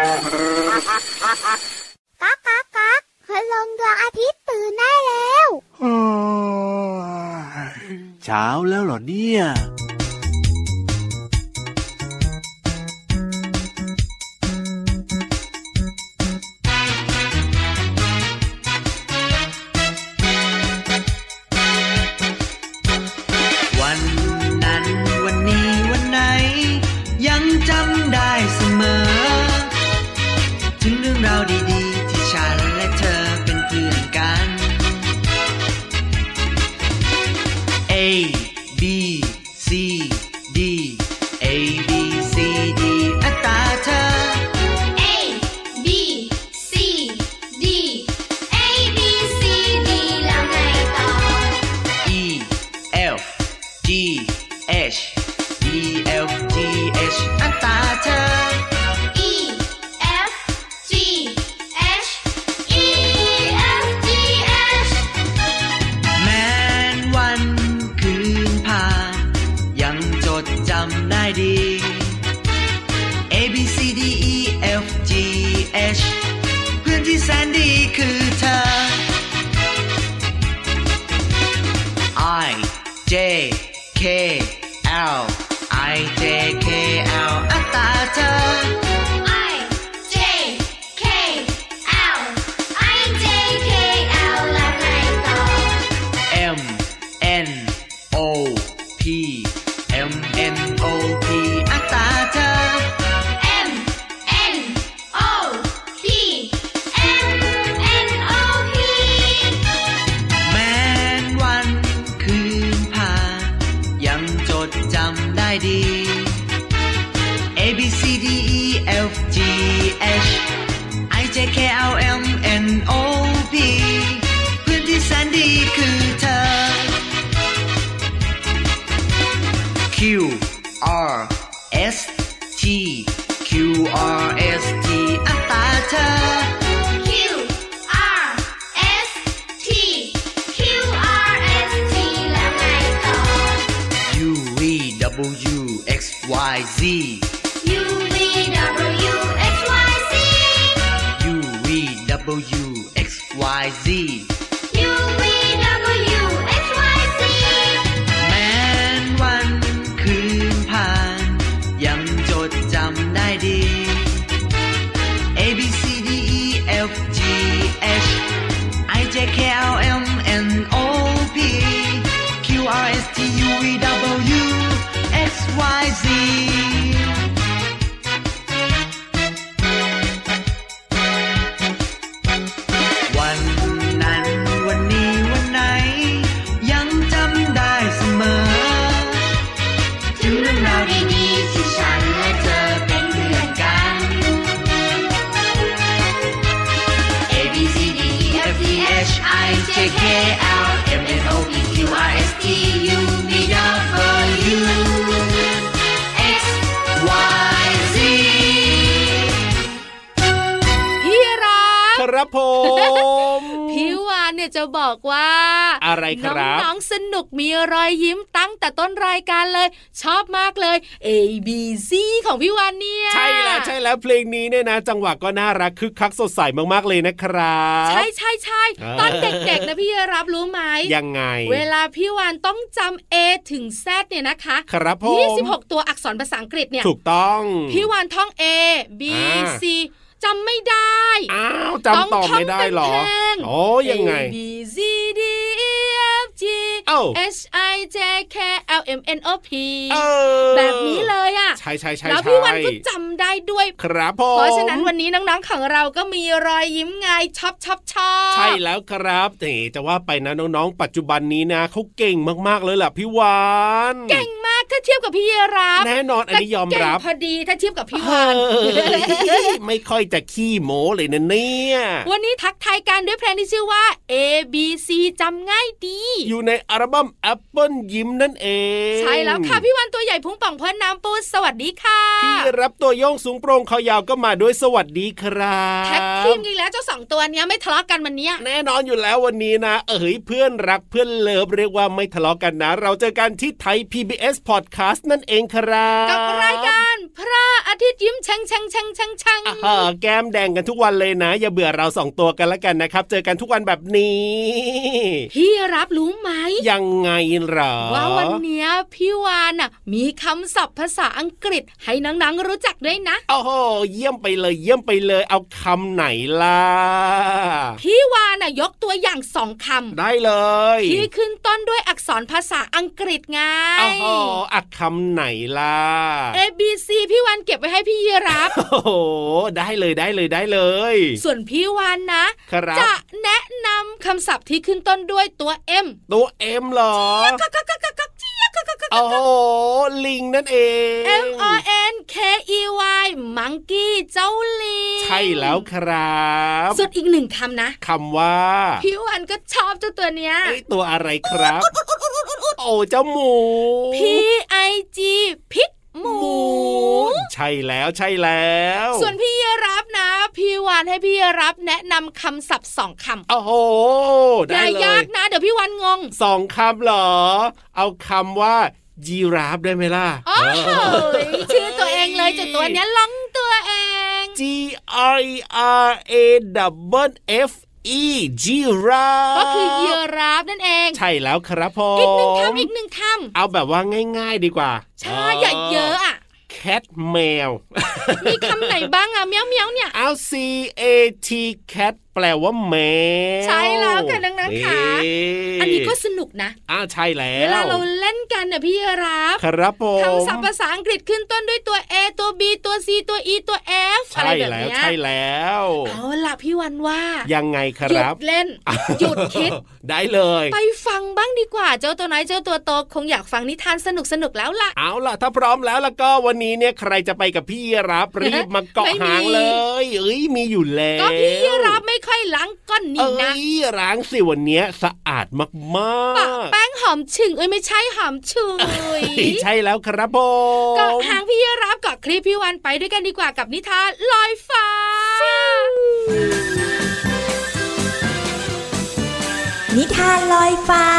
ก๊ากก๊ากก๊ากคืนลงดวงอาทิตย์ตื่นได้แล้วเช้าแล้วเหรอเนี่ยวันนั้นวันนี้วันไหนยังจำได้เสมอถึงเรื่องราวดีๆที่ฉันและเธอเป็นเพื่อนกัน A B C D A B C D อัตราเธอ A B C D A B C D แล้วไงต่อ E F G H E F G H อัตราเธอ E F G H E F G H แม้นวันคืนผ่านยังจดจำได้ดี A B C D E F G H เพื่อนที่แสนดีคือเธอ I J K L I J K L อัตราเธอ I J K L I J K L แล้วไงต่อ M N O P M N O P อัตราเธอ M N O P M N O P แม้นวันคืนผ่านยังจดจำได้ดี A B C D E F G H I J K L M N O P เพื่อนที่แสนดีคือเธอ Q R S T Q R S T อัตราเธอ Q R S T Q R S T แล้วไงต่อ U V W X Y Z U V W X Y Z U V W X Y Z U V W X Y Z แม้นวันคืนผ่านยังจดจำได้ดี A B C D E F G H I J K L M N O P Q R S T U V W X Y Zวันนั้นวันนี้วันไหนยังจำได้เสมอถึงเรื่องราวดีๆที่ฉันและเธอเป็นเพื่อนกัน A B C D E F G H I J K L M N O P Q R S T U V W X Y Z พี่รักครับผมพี่วานเนี่ยจะบอกว่าอะไรครับน้องๆสนุกมีรอยยิ้มตั้งแต่ต้นรายการเลยชอบมากเลย A B C ของพี่วานเนี่ยใช่แล้วเพลงนี้เนี่ยนะจังหวะก็น่ารักคึกคักสดใสมากๆเลยนะครับใช่ตอนเด็กๆนะพี่รับรู้ไหมยังไงเวลาพี่วานต้องจำ A ถึง Z เนี่ยนะคะครับผม 26ตัวอักษรภาษาอังกฤษเนี่ยถูกต้องพี่วานท่อง A B C จำไม่ได้อ้าวจำต่อไม่ได้หรอโอ้ยังไง A B C D E F G H I J K L M N O P แบบนี้เลยอ่ะใช่แล้วพี่วันก็จำได้ด้วยครับผมเพราะฉะนั้นวันนี้น้องๆของเราก็มีรอยยิ้มไงชอบใช่แล้วครับแต่จะว่าไปนะน้องๆปัจจุบันนี้นะเขาเก่งมากๆเลยล่ะพี่วานเก่งมากถ้าเทียบกับพี่รับแน่นอนอันนี้ยอมรับพอดีถ้าเทียบกับพี่วานไม่ค่อยจะขี้โม้เลยนะเนี่ยวันนี้ทักทายกันด้วยเพลงที่ชื่อว่า A B C จำง่ายดีอยู่ในอัลบั้ม Apple ยิ้มนั่นเองใช่แล้วค่ะพี่วันตัวใหญ่พุงป่องพ่นน้ำปูสวัสดีค่ะพี่รับตัวโยงสูงโปร่งคอยาวก็มาด้วยสวัสดีครับแท็กทีมกันแล้วเจ้า2ตัวเนี้ยไม่ทะเลาะกันมันเนี้ยแน่นอนอยู่แล้ววันนี้นะเพื่อนรักเพื่อนเลิฟเรียกว่าไม่ทะเลาะกันนะเราเจอกันที่ไทย PBS Podcast นั่นเองครับกับรายการพระอาทิตย์ยิ้มแฉ่งแก้มแดงกันทุกวันเลยนะอย่าเบื่อเรา2ตัวกันละกันนะครับเจอกันทุกวันแบบนี้พี่รับรู้ไหมยังไงหรอว่าวันนี้พี่วานน่ะมีคำศัพท์ภาษาอังกฤษให้นังๆรู้จักด้วยนะโอ้โหเยี่ยมไปเลยเอาคำไหนล่ะพี่วานน่ะยกตัวอย่าง2คำได้เลยที่ขึ้นต้นด้วยอักษรภาษาอังกฤษไงโอ้โหคำไหนล่ะ A B C พี่วานเก็บไว้ให้พี่ยีรับโอ้โหได้เลยส่วนพี่วานนะจะแนะนำคำศัพท์ที่ขึ้นต้นด้วยตัว M ตัว M หรอโอ้โหลิงนั่นเอง MONKEY monkey เจ้าลิงใช่แล้วครับส่วนอีก1คำนะคำว่าพี่วันก็ชอบเจ้าตัวเนี้ยตัวอะไรครับโอ้เจ้าหมู PIG พิกหมูใช่แล้วส่วนพี่ยีรับนะพี่วานให้พี่ยีรับแนะนำคำศัพท์2คำโอ้โหได้เลยยากนะเดี๋ยวพี่วานงง 2คำเหรอเอาคำว่ายีราฟได้ไหมล่ะโอ้โหชื่อตัวเองเลยจากตัวเนี้ยล้องตัวเอง GIRAFE ยีราฟก็คือยีราฟนั่นเองใช่แล้วครับผมอีกหนึ่งคำเอาแบบว่าง่ายๆดีกว่าใช่อย่าเยอะอ่ะ cat แมวมีคำไหนบ้างอะเมียวเนี่ยเอา CAT cat แปลว่าแมวใช่แล้วค่ะนังๆค่ะอันนี้ก็สนุกนะใช่แล้วเวลาเราเล่นกันเนี่ยพี่รับครับผมคำศัพท์ภาษาอังกฤษขึ้นต้นด้วยตัว A ตัว B ตัว C ตัว E ตัว F อะไรแบบนี้ใช่แล้วเอาล่ะพี่วันว่ายังไงครับหยุดเล่นหยุดคิดได้เลยไปฟังบ้างดีกว่าเจ้าตัวน้อยเจ้าตัวโตคงอยากฟังนิทานสนุกแล้วล่ะเอาล่ะถ้าพร้อมแล้วก็วันนี้เนี่ยใครจะไปกับพี่รับรีบมาเกาะหางเลยมีอยู่แล้วก็พี่รับไม่ค่อยล้างก้นนี่นะล้างสิวันนี้สะอาดมากๆแป้งหอมฉึ่งไม่ใช่หอมฉุยใช่แล้วครับผมก็หางพี่รับกับคลิปพี่วันไปด้วยกันดีกว่ากับนิทานลอยฟ้านิทานลอยฟ้า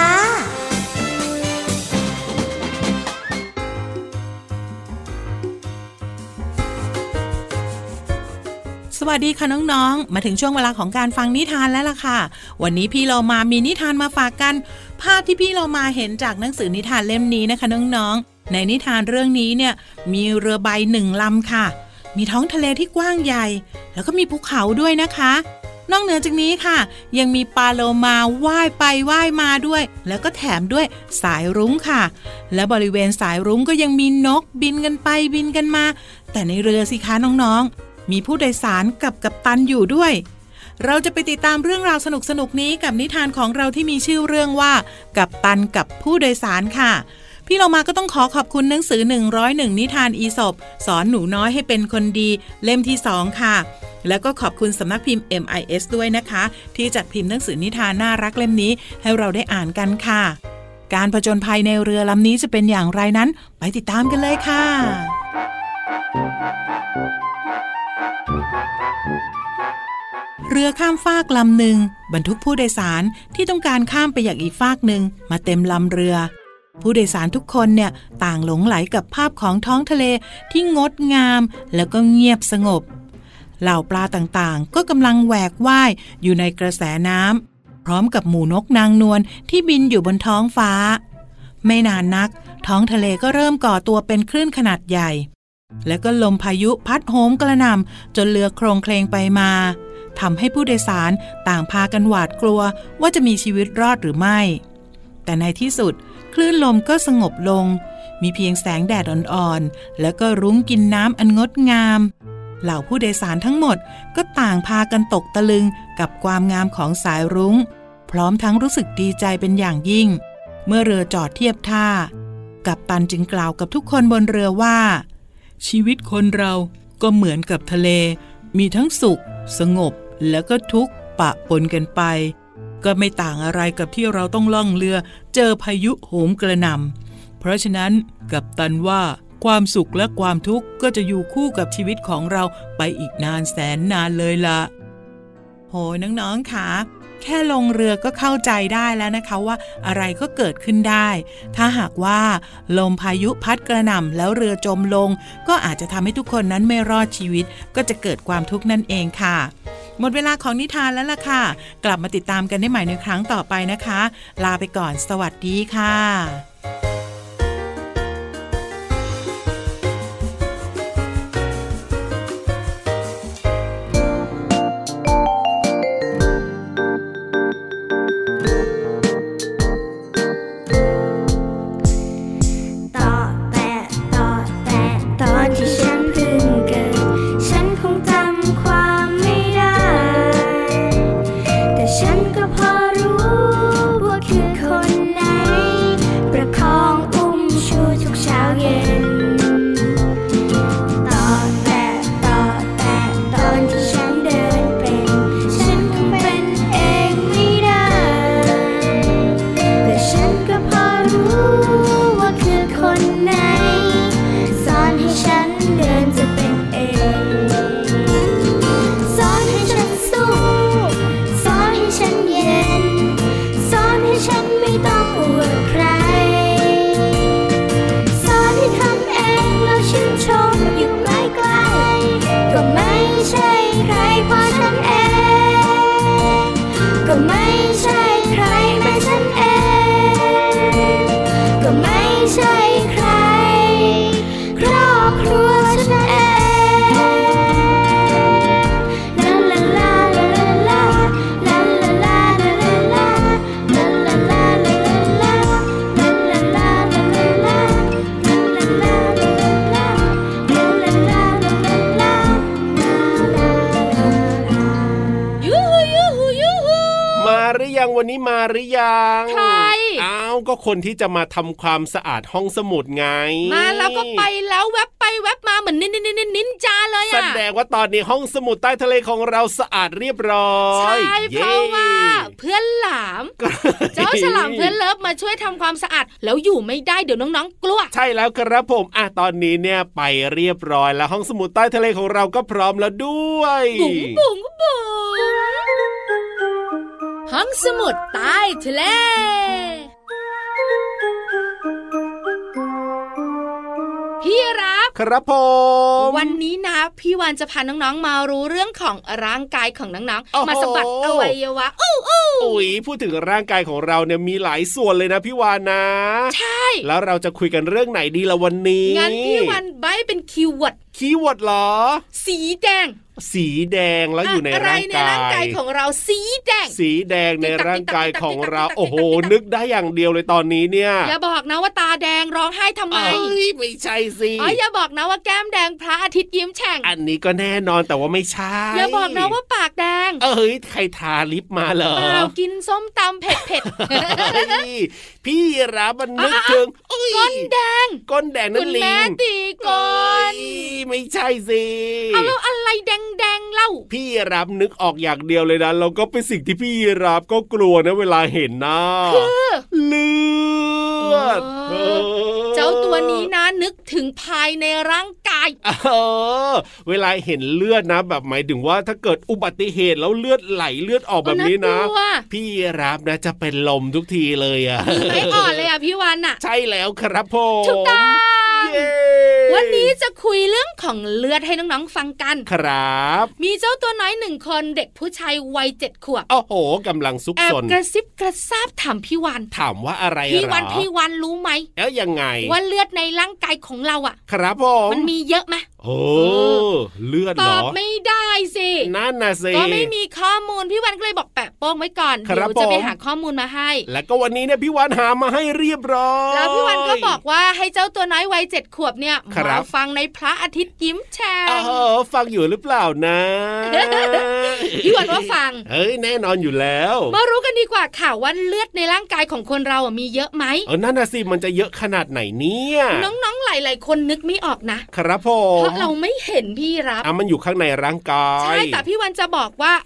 สวัสดีค่ะน้องๆมาถึงช่วงเวลาของการฟังนิทานแล้วล่ะค่ะวันนี้พี่เรามามีนิทานมาฝากกันภาพที่พี่เรามาเห็นจากหนังสือนิทานเล่มนี้นะคะน้องๆในนิทานเรื่องนี้เนี่ยมีเรือใบ1 ลำค่ะมีท้องทะเลที่กว้างใหญ่แล้วก็มีภูเขาด้วยนะคะนอกเหนือจากนี้ค่ะยังมีปลาโลมาว่ายไปว่ายมาด้วยแล้วก็แถมด้วยสายรุ้งค่ะและบริเวณสายรุ้งก็ยังมีนกบินกันไปบินกันมาแต่ในเรือสิคะน้องๆมีผู้โดยสารกับกัปตันอยู่ด้วยเราจะไปติดตามเรื่องราวสนุกๆนี้กับนิทานของเราที่มีชื่อเรื่องว่ากัปตันกับผู้โดยสารค่ะพี่เรามาก็ต้องขอบคุณหนังสือ101นิทานอีสปสอนหนูน้อยให้เป็นคนดีเล่มที่2ค่ะแล้วก็ขอบคุณสำนักพิมพ์ MIS ด้วยนะคะที่จัดพิมพ์หนังสือนิทานน่ารักเล่มนี้ให้เราได้อ่านกันค่ะการผจญภัยในเรือลำนี้จะเป็นอย่างไรนั้นไปติดตามกันเลยค่ะเรือข้ามฟากลำหนึ่งบรรทุกผู้โดยสารที่ต้องการข้ามไปยังอีกฟากหนึ่งมาเต็มลำเรือผู้โดยสารทุกคนเนี่ยต่างหลงไหลกับภาพของท้องทะเลที่งดงามแล้วก็เงียบสงบเหล่าปลาต่างๆก็กำลังแหวกว่ายอยู่ในกระแสน้ำพร้อมกับหมู่นกนางนวลที่บินอยู่บนท้องฟ้าไม่นานนักท้องทะเลก็เริ่มก่อตัวเป็นคลื่นขนาดใหญ่แล้วก็ลมพายุพัดโหมกระหน่ำจนเรือโครงเคลงไปมาทำให้ผู้โดยสารต่างพากันหวาดกลัวว่าจะมีชีวิตรอดหรือไม่แต่ในที่สุดคลื่นลมก็สงบลงมีเพียงแสงแดดอ่อนๆแล้วก็รุ้งกินน้ำอันงดงามเหล่าผู้โดยสารทั้งหมดก็ต่างพากันตกตะลึงกับความงามของสายรุ้งพร้อมทั้งรู้สึกดีใจเป็นอย่างยิ่งเมื่อเรือจอดเทียบท่ากัปตันจึงกล่าวกับทุกคนบนเรือว่าชีวิตคนเราก็เหมือนกับทะเลมีทั้งสุขสงบแล้วก็ทุกข์ปะปนกันไปก็ไม่ต่างอะไรกับที่เราต้องล่องเรือเจอพายุโหมกระหน่ำเพราะฉะนั้นกัปตันว่าความสุขและความทุกข์ก็จะอยู่คู่กับชีวิตของเราไปอีกนานแสนนานเลยล่ะโหน้องๆค่ะแค่ลงเรือก็เข้าใจได้แล้วนะคะว่าอะไรก็เกิดขึ้นได้ถ้าหากว่าลมพายุพัดกระหน่ำแล้วเรือจมลงก็อาจจะทำให้ทุกคนนั้นไม่รอดชีวิตก็จะเกิดความทุกข์นั่นเองค่ะหมดเวลาของนิทานแล้วล่ะค่ะกลับมาติดตามกันได้ใหม่ในครั้งต่อไปนะคะลาไปก่อนสวัสดีค่ะวันนี้มาหรือยังใครก็คนที่จะมาทำความสะอาดห้องสมุดไงมาแล้วก็ไปแล้วแวบไปแวบมาเหมือนนินจาเลยแสดงว่าตอนนี้ห้องสมุดใต้ทะเลของเราสะอาดเรียบร้อยใช่เพราะว่าเพื่อนหลามเจ้าฉลามเพื่อนเลิฟมาช่วยทำความสะอาดแล้วอยู่ไม่ได้เดี๋ยวน้องๆกลัวใช่แล้วครับผมตอนนี้เนี่ยไปเรียบร้อยแล้วห้องสมุดใต้ทะเลของเราก็พร้อมแล้วด้วยบุ๋งบุ๋งบุ๋งห้องสมุดใต้ทะเลพี่รับครับผมวันนี้นะพี่วานจะพาน้องๆมารู้เรื่องของร่างกายของน้องๆมาสะบัดอวัยวะอุ๊ยพูดถึงร่างกายของเราเนี่ยมีหลายส่วนเลยนะพี่วานนะใช่แล้วเราจะคุยกันเรื่องไหนดีละวันนี้งั้นพี่วานใบ้เป็นคีย์เวิร์ดเหรอสีแดงแล้วอยู่ในร่างกายของเราสีแดงในร่างกายของเราโอ้โหนึกได้อย่างเดียวเลยตอนนี้เนี่ยอย่าบอกนะว่าตาแดงร้องไห้ทำไมไม่ใช่สิอย่าบอกนะว่าแก้มแดงพระอาทิตย์ยิ้มแฉ่งอันนี้ก็แน่นอนแต่ว่าไม่ใช่อย่าบอกนะว่าปากแดงใครทาลิปมาเหรอกินส้มตำเผ็ดพี่รับมันนึกถึงก้นแดงนั่นลิงคุณแม่ตีก้นไม่ใช่สิแล้วอะไรแดงเล่าพี่รับนึกออกอย่างเดียวเลยนะแล้วก็เป็นสิ่งที่พี่รับก็กลัวนะเวลาเห็นนะคือเลือดเจ้าตัวนี้นะนึกถึงภายในร่างกายเวลาเห็นเลือดนะแบบหมายถึงว่าถ้าเกิดอุบัติเหตุแล้วเลือดไหลเลือดออกแบบนี้นะพี่รับนะจะเป็นลมทุกทีเลยไม่อ่อนเลยพี่วันใช่แล้วครับผมถูกต้องวันนี้จะคุยเรื่องของเลือดให้น้องๆฟังกันครับมีเจ้าตัวน้อย1คนเด็กผู้ชายวัย7 ขวบโอ้โหกำลังซุกซนแอบกระซิบกระซาบถามพี่วันถามว่าอะไรพี่วันรู้ไหมแล้วยังไงว่าเลือดในร่างกายของเราครับผมมันมีเยอะไหมโอ้เลือดเหรอตอบไม่ได้สินั่นน่ะสิก็ไม่มีข้อมูลพี่วันก็เลยบอกแปะโป้งไว้ก่อนเดี๋ยวจะไปหาข้อมูลมาให้แล้วก็วันนี้เนี่ยพี่วันหามาให้เรียบร้อยแล้วพี่วันก็บอกว่าให้เจ้าตัวน้อยวัย7 ขวบเนี่ยมาฟังในพระอาทิตย์ยิ้มแฉ่งฟังอยู่หรือเปล่านะพี่วันว่าฟังแน่นอนอยู่แล้วมารู้กันดีกว่าค่ะว่าเลือดในร่างกายของคนเรามีเยอะไหมนั่นน่ะสิมันจะเยอะขนาดไหนเนี่ยน้องๆหลายๆคนนึกไม่ออกนะครับผมเพราะเราไม่เห็นพี่รับมันอยู่ข้างในร่างกายใช่แต่พี่วันจะบอกว่าเลือด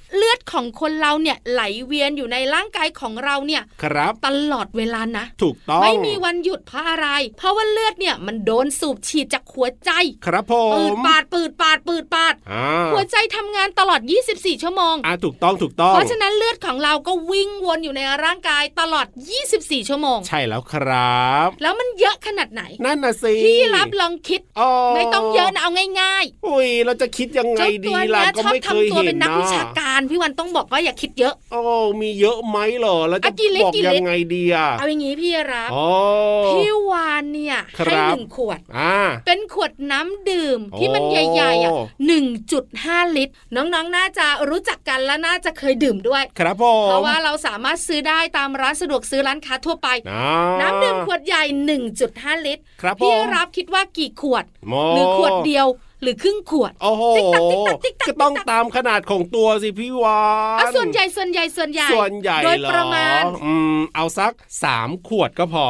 ของคนเราเนี่ยไหลเวียนอยู่ในร่างกายของเราเนี่ยครับตลอดเวลานะถูกต้องไม่มีวันหยุดเพราะอะไรเพราะว่าเลือดเนี่ยมันโดนสูบฉีดจากหัวใจครับผมปืดปาดหัวใจทำงานตลอด24ชั่วโมงถูกต้องเพราะฉะนั้นเลือดของเราก็วิ่งวนอยู่ในร่างกายตลอด24ชั่วโมงใช่แล้วครับแล้วมันเยอะขนาดไหนนั่นน่ะสิพี่รับลองคิดไม่ต้องเยอะนะเอาง่ายๆอุ้ยเราจะคิดยังไงดีล่ะก็ไม่เคยเห็นนะชอบทำตัวเป็นนักวิชาการพี่วันต้องบอกว่าอย่าคิดเยอะมีเยอะไหมหรอแล้วจะบอกยังไงดีอ่ะเอาอย่างงี้พี่รับพี่วานเนี่ยให้1ขวดเป็นขวดน้ำดื่มที่มันใหญ่ๆ1.5 ลิตรน้องๆน่าจะรู้จักกันและน่าจะเคยดื่มด้วยครับผมเพราะว่าเราสามารถซื้อได้ตามร้านสะดวกซื้อร้านค้าทั่วไปน้ำดื่มขวดใหญ่ 1.5 ลิตรพี่รับคิดว่ากี่ขวดหรือขวดเดียวหรือครึ่งขวดโอ้โหก็ต้องตามขนาดของตัวสิพี่วานส่วนใหญ่โดยประมาณเอาสัก3ขวดก็พอ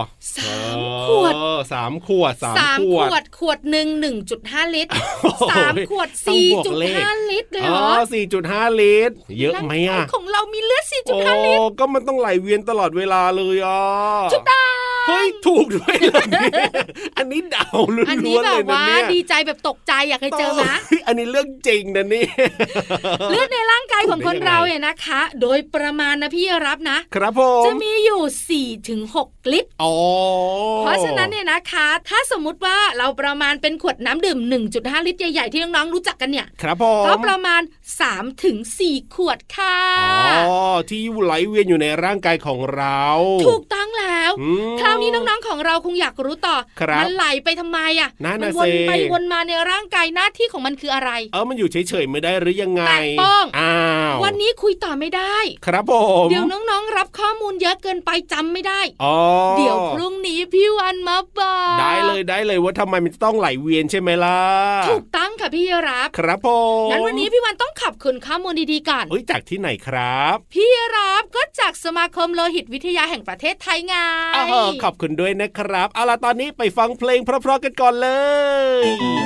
3ขวด 3ขวดขวดนึง 1.5 ลิตร3ขวด 4.5 ลิตรเลยเหรอ 4.5 ลิตรเยอะไหมอ่ะของเรามีเลือด 4.5 ลิตรก็มันต้องไหลเวียนตลอดเวลาเลยอ่ะถูกต้องเฮ้ยถูกด้วยเลยอันนี้เดาล้วนๆเลยนะเนี่ยอันนี้แบบว่าดีใจแบบตกใจอยากให้เจอนะอันนี้เรื่องจริงนะนี่เลือดในร่างกายของคนเราเนี่ยนะคะโดยประมาณนะพี่รับนะครับผมจะมีอยู่ 4-6 ลิตรเพราะฉะนั้นเนี่ยนะคะถ้าสมมุติว่าเราประมาณเป็นขวดน้ำดื่ม 1.5 ลิตรใหญ่ๆที่น้องๆรู้จักกันเนี่ยครับผมก็ประมาณ 3-4 ขวดค่ะที่ไหลเวียนอยู่ในร่างกายของเราถูกต้องแล้วคราวนี้น้องๆของเราคงอยากรู้ต่อมันไหลไปทำไมอ่ะมันวนไปวนมาในร่างกายหน้าที่ของมันคืออะไรมันอยู่เฉยๆไม่ได้หรือยังไงแต่ป้องวันนี้คุยต่อไม่ได้ครับผมเดี๋ยวน้องๆรับข้อมูลเยอะเกินไปจำไม่ได้เดี๋ยวพรุ่งนี้พี่วันมาบอกได้เลยว่าทำไมมันต้องไหลเวียนใช่ไหมล่ะถูกต้องค่ะพี่รับครับผมงั้นวันนี้พี่วันต้องขอบคุณข้อมูลดีๆก่อนจากที่ไหนครับพี่รับก็จากสมาคมโลหิตวิทยาแห่งประเทศไทยไงขอบคุณด้วยนะครับเอาล่ะตอนนี้ไปฟังเพลงเพราะๆกันก่อนเลย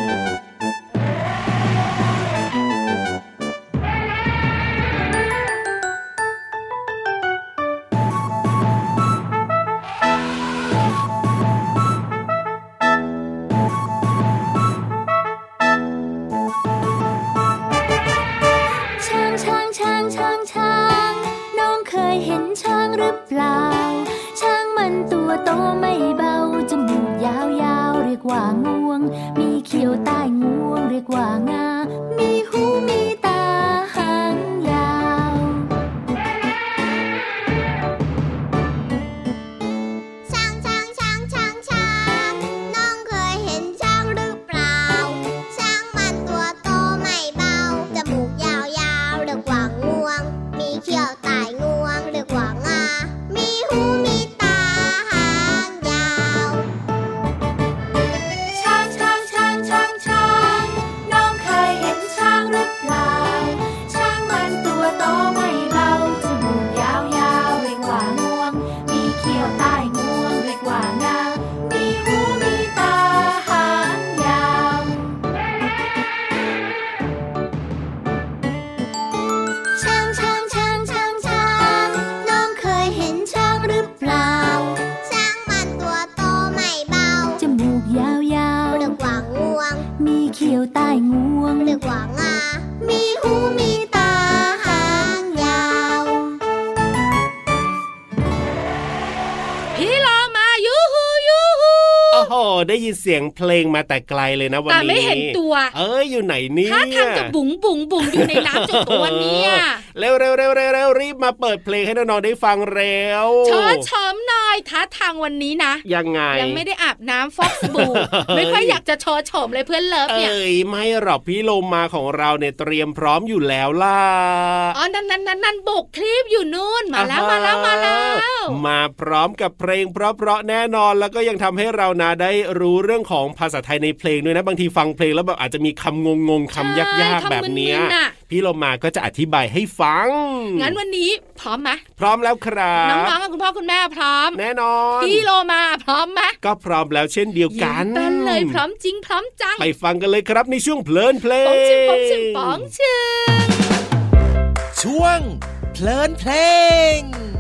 น้องเคยเห็นช้างหรือเปล่าช้างมันตัวโตไม่เบาจมูกยาวๆเรียกว่างวงมีเขี้ยวใต้งวงเรียกว่างามีหูมีตาหางยาวช้างน้องเคยเห็นช้างหรือเปล่าช้างมันตัวโตไม่เบาจมูกยาวๆเรียกว่างวงมีเขี้ยวใต้งวงเรียกว่างามีหูมีตาหางยาวช้างน้องเคยเห็นช้างหรือเปล่าช้างมันตัวโตไม่เบาจมูกยาวๆเรียกว่างวงมีเขี้ยวใต้งวงเรียกว่างามีหูมีตาหางยาวช้างน้องเคยเห็นช้างหรือเปล่าช้างมันตัวโตไม่เบาจมูกยาวๆเรียกว่างวงมีเขี้ยวใต้งวงเรียกว่างามีหูมีตาหางยาวพี่รอมายูฮูโอ้โหได้ยินเสียงเพลงมาแต่ไกลเลยนะวันนี้แต่ไม่เห็นตัวอยู่ไหนเนี่ยถ้าทางกับบุ๋งอยู่ในน้ำจุดตัวเนี่ยเร็วรีบมาเปิดเพลงให้น้องๆได้ฟังเร็วชมหน่อยท่าทางวันนี้นะยังไงยังไม่ได้อาบน้ำฟอกสบู่ ไม่ค่อยอยากจะโชมเลยเพื่อนเลิฟเนี่ยไม่หรอกพี่โลมาของเราเนี่ยเตรียมพร้อมอยู่แล้วล่ะนั่นโบกคลิปอยู่นู่นมาแล้วมาพร้อมกับเพลงเพราะแน่นอนแล้วก็ยังทำให้เรานะได้รู้เรื่องของภาษาไทยในเพลงด้วยนะบางทีฟังเพลงแล้วแบบอาจจะมีคำงงคำยากๆแบบนี้พี่โลมาก็จะอธิบายให้ฟังงั้นวันนี้พร้อมไหมพร้อมแล้วครับน้องๆกับคุณพ่อคุณแม่พร้อมแน่นอนพี่โลมาพร้อมไหมก็พร้อมแล้วเช่นเดียวกันเลยพร้อมจริงพร้อมจังไปฟังกันเลยครับในช่วงเพลินเพลงป๋องชึงช่วงเพลินเพลง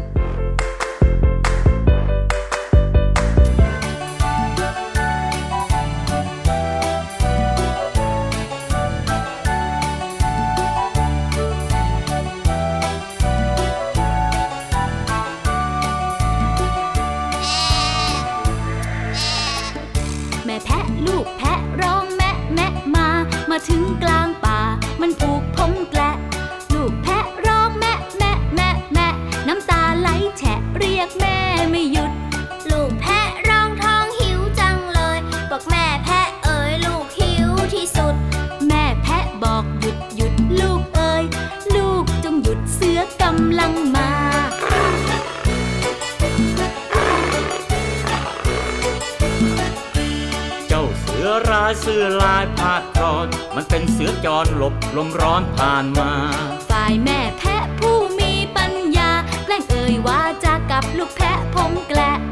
แม่แพะลูกแพะร้องแมะแมะมาถึงกลางป่ามันผูกผมแกละลูกแพะร้องแมะแมะแมะแมะน้ำตาไหลแฉะเรียกแม่ไม่หยุดลูกแพะร้องท้องหิวจังเลยบอกแม่แพะเอ๋ยลูกหิวที่สุดแม่แพะบอกหยุดหยุดลูกเอ๋ยลูกจงหยุดเสือกำลังมาเสือร้ายเสือลายพาดกรอนมันเป็นเสือจรหลบลมร้อนผ่านมาฝ่ายแม่แพะผู้มีปัญญาแกล้งเอ่ยว่าจะกับลูกแพะผมแกละ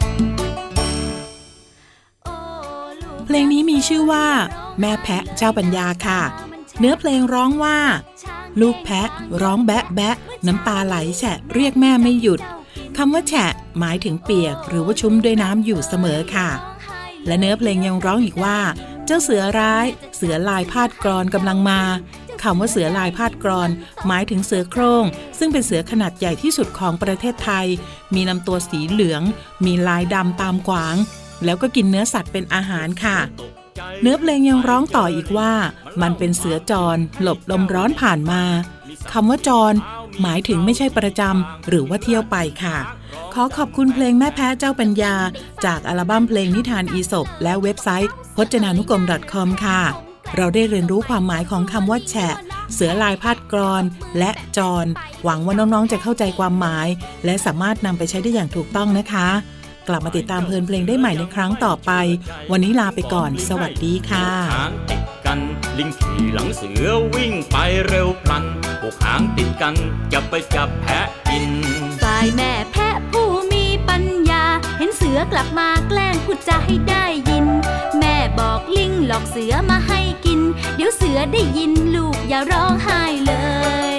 เพลงนี้มีชื่อว่าแม่แพะเจ้าปัญญาค่ะเนื้อเพลงร้องว่าลูกแพะร้องแบะแบะน้ำตาไหลแฉะเรียกแม่ไม่หยุดคำว่าแฉะหมายถึงเปียกหรือว่าชุ่มด้วยน้ำอยู่เสมอค่ะและเนื้อเพลงยังร้องอีกว่าเจ้าเสือร้ายเสือลายพาดกรอนกำลังมาคำว่าเสือลายพาดกรอนหมายถึงเสือโคร่งซึ่งเป็นเสือขนาดใหญ่ที่สุดของประเทศไทยมีลำตัวสีเหลืองมีลายดำตามขวางแล้วก็กินเนื้อสัตว์เป็นอาหารค่ะเนื้อเพลงยังร้องต่ออีกว่ามันเป็นเสือจรหลบลมร้อนผ่านมาคำว่าจรหมายถึงไม่ใช่ประจำหรือว่าเที่ยวไปค่ะขอขอบคุณเพลงแม่แพะเจ้าปัญญาจากอัลบั้มเพลงนิทานอีสปและเว็บไซต์พจนานุกรม .com ค่ะเราได้เรียนรู้ความหมายของคำว่าแฉะเสือลายพาดกรอนและจรหวังว่าน้องๆจะเข้าใจความหมายและสามารถนำไปใช้ได้อย่างถูกต้องนะคะกลับมาติดตามเพลินเพลงได้ใหม่ในครั้งต่อไปวันนี้ลาไปก่อนสวัสดีค่ะหางติดกันลิงขี่หลังเสือวิ่งไปเร็วพลันพวกหางติดกันจะไปจับแพะกินฝ่ายแม่แพะผู้มีปัญญาเห็นเสือกลับมาแกล้งพูดจาให้ได้ยินแม่บอกลิงหลอกเสือมาให้กินเดี๋ยวเสือได้ยินลูกอย่าร้องไห้เลย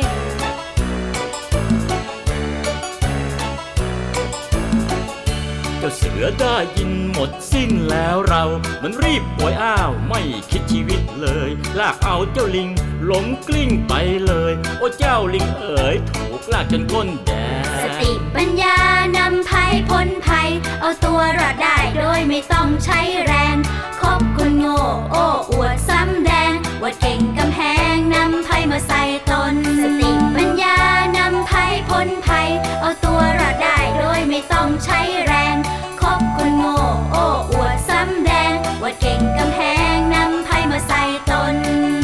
เสือได้ยินหมดสิ้นแล้วเรามันรีบโวยอ้าวไม่คิดชีวิตเลยลากเอาเจ้าลิงล้มกลิ้งไปเลยโอ้เจ้าลิงเอ๋ยถูกลากจนก้นแดงสติปัญญานำภัยพ้นภัยเอาตัวรอดได้โดยไม่ต้องใช้แรงคบคนโง่โอ้อวดซ้ำแดงว่าเก่งกำแพงนำภัยมาใส่ตนสติปัญญานำภัยพ้นภัยเอาตัวรอดได้โดยไม่ต้องใช้แรงคบคนโง่โอ้อวดซ้ำแดงว่าเก่งกำแพงนำภัยมาใส่ตน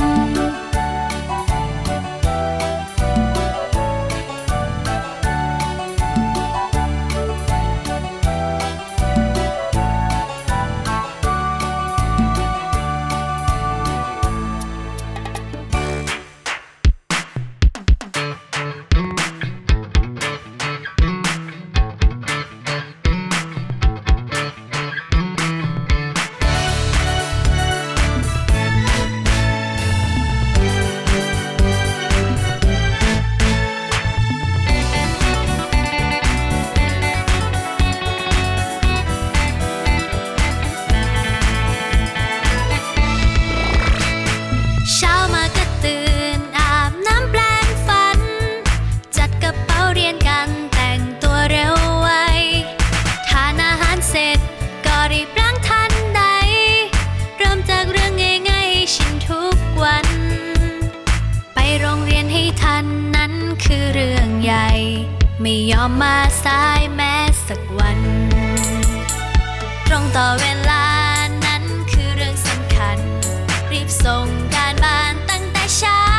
ไม่ยอมมาสายแม้สักวันตรงต่อเวลานั้นคือเรื่องสำคัญรีบส่งการบ้านตั้งแต่เช้า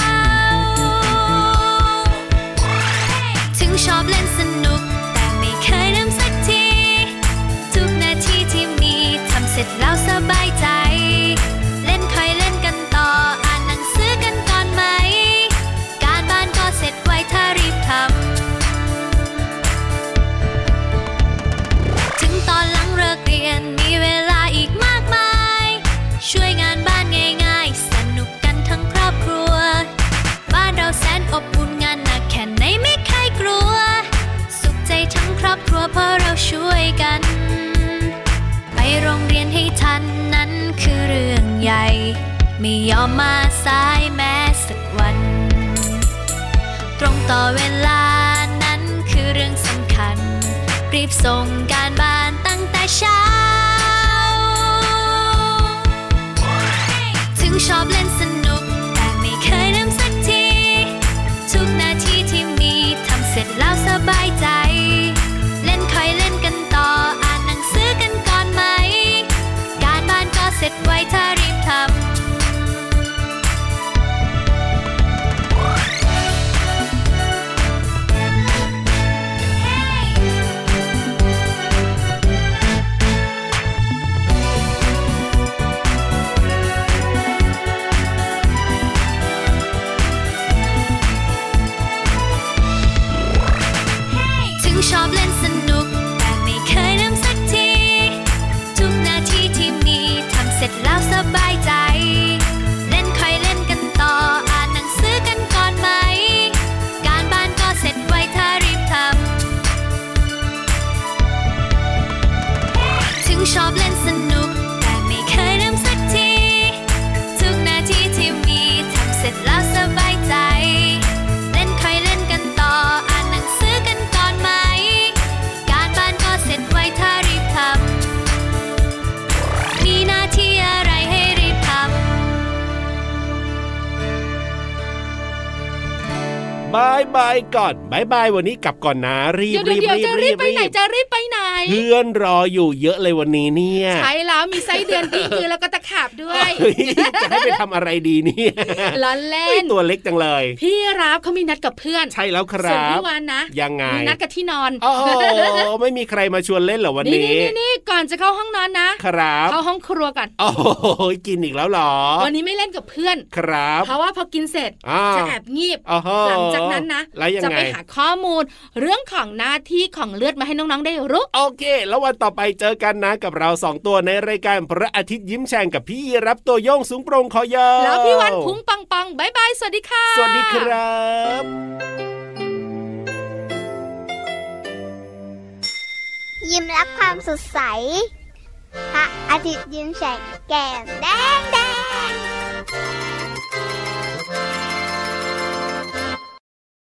ถึงชอบเล่นสนุกแต่ไม่เคยลืมสักทีทุกนาทีที่มีทำเสร็จแล้วสบายใจเล่นค่อยเล่นกันต่ออ่านหนังสือกันก่อนไหมการบ้านก็เสร็จไวถ้ารีบทำตอนหลังเลิกเรียนมีเวลาอีกมากมายช่วยงานบ้านง่ายๆยอมมาสายแม้สักวันตรงต่อเวลานั้นคือเรื่องสำคัญรีบส่งการบ้านตั้งแต่เช้าถึงชอบเล่นสนุกแต่ไม่เคยลืมสักทีทุกนาทีที่มีทำเสร็จแล้วสบายใจเล่นค่อยเล่นกันต่ออ่านหนังสือกันก่อนไหมการบ้านก็เสร็จไวถ้ารีบทำชอบเล่นสนุกแต่ไม่เคยลืมสักทีทุกนาทีที่มีทำเสร็จแล้วสบายใจเล่นค่อยเล่นกันต่ออ่านหนังสือกันก่อนไหมการบ้านก็เสร็จไวถ้ารีบทำถึงชอบเล่นสนุกแต่ไม่เคยลืมสักทีทุกนาทีที่มีทำเสร็จแล้วสบายใจเล่นค่อยเล่นกันต่ออ่านหนังสือกันก่อนไหมการบ้านก็เสร็จไวถ้ารีบทำมีหน้าที่อะไรให้รีบทำบายบายก่อนบายบายวันนี้กลับก่อนนะรีบรีบจะรีบไปไหนจะรีบไปไหนเพื่อนรออยู่เยอะเลยวันนี้เนี่ยใช่แล้วมีไส้เดือนกิ้งกือแล้วก็ตะขาบด้วยจะให้ไปทำอะไรดีเนี่ยล้อเล่นตัวเล็กจังเลยพี่รับเขามีนัดกับเพื่อนใช่แล้วครับส่วนพี่วานนะยังไงมีนัดกับที่นอนโอ้ไม่มีใครมาชวนเล่นเหรอวันนี้นี่ก่อนจะเข้าห้องนอนนะครับเข้าห้องครัวก่อนโอ้กินอีกแล้วหรอวันนี้ไม่เล่นกับเพื่อนครับเพราะว่าพอกินเสร็จจะแอบงีบหลังจากนั้นนะจะไปหาข้อมูลเรื่องของหน้าที่ของเลือดมาให้น้องๆได้รู้โอเคแล้ววันต่อไปเจอกันนะกับเรา2ตัวในรายการพระอาทิตย์ยิ้มแฉ่งกับพี่รับตัวโยงสูงโปร่งคอยาวแล้วพี่วันพุงปังปังบ๊ายบายสวัสดีค่ะสวัสดีครับยิ้มรับความสดใสพระอาทิตย์ยิ้มแฉ่งแก้มแดง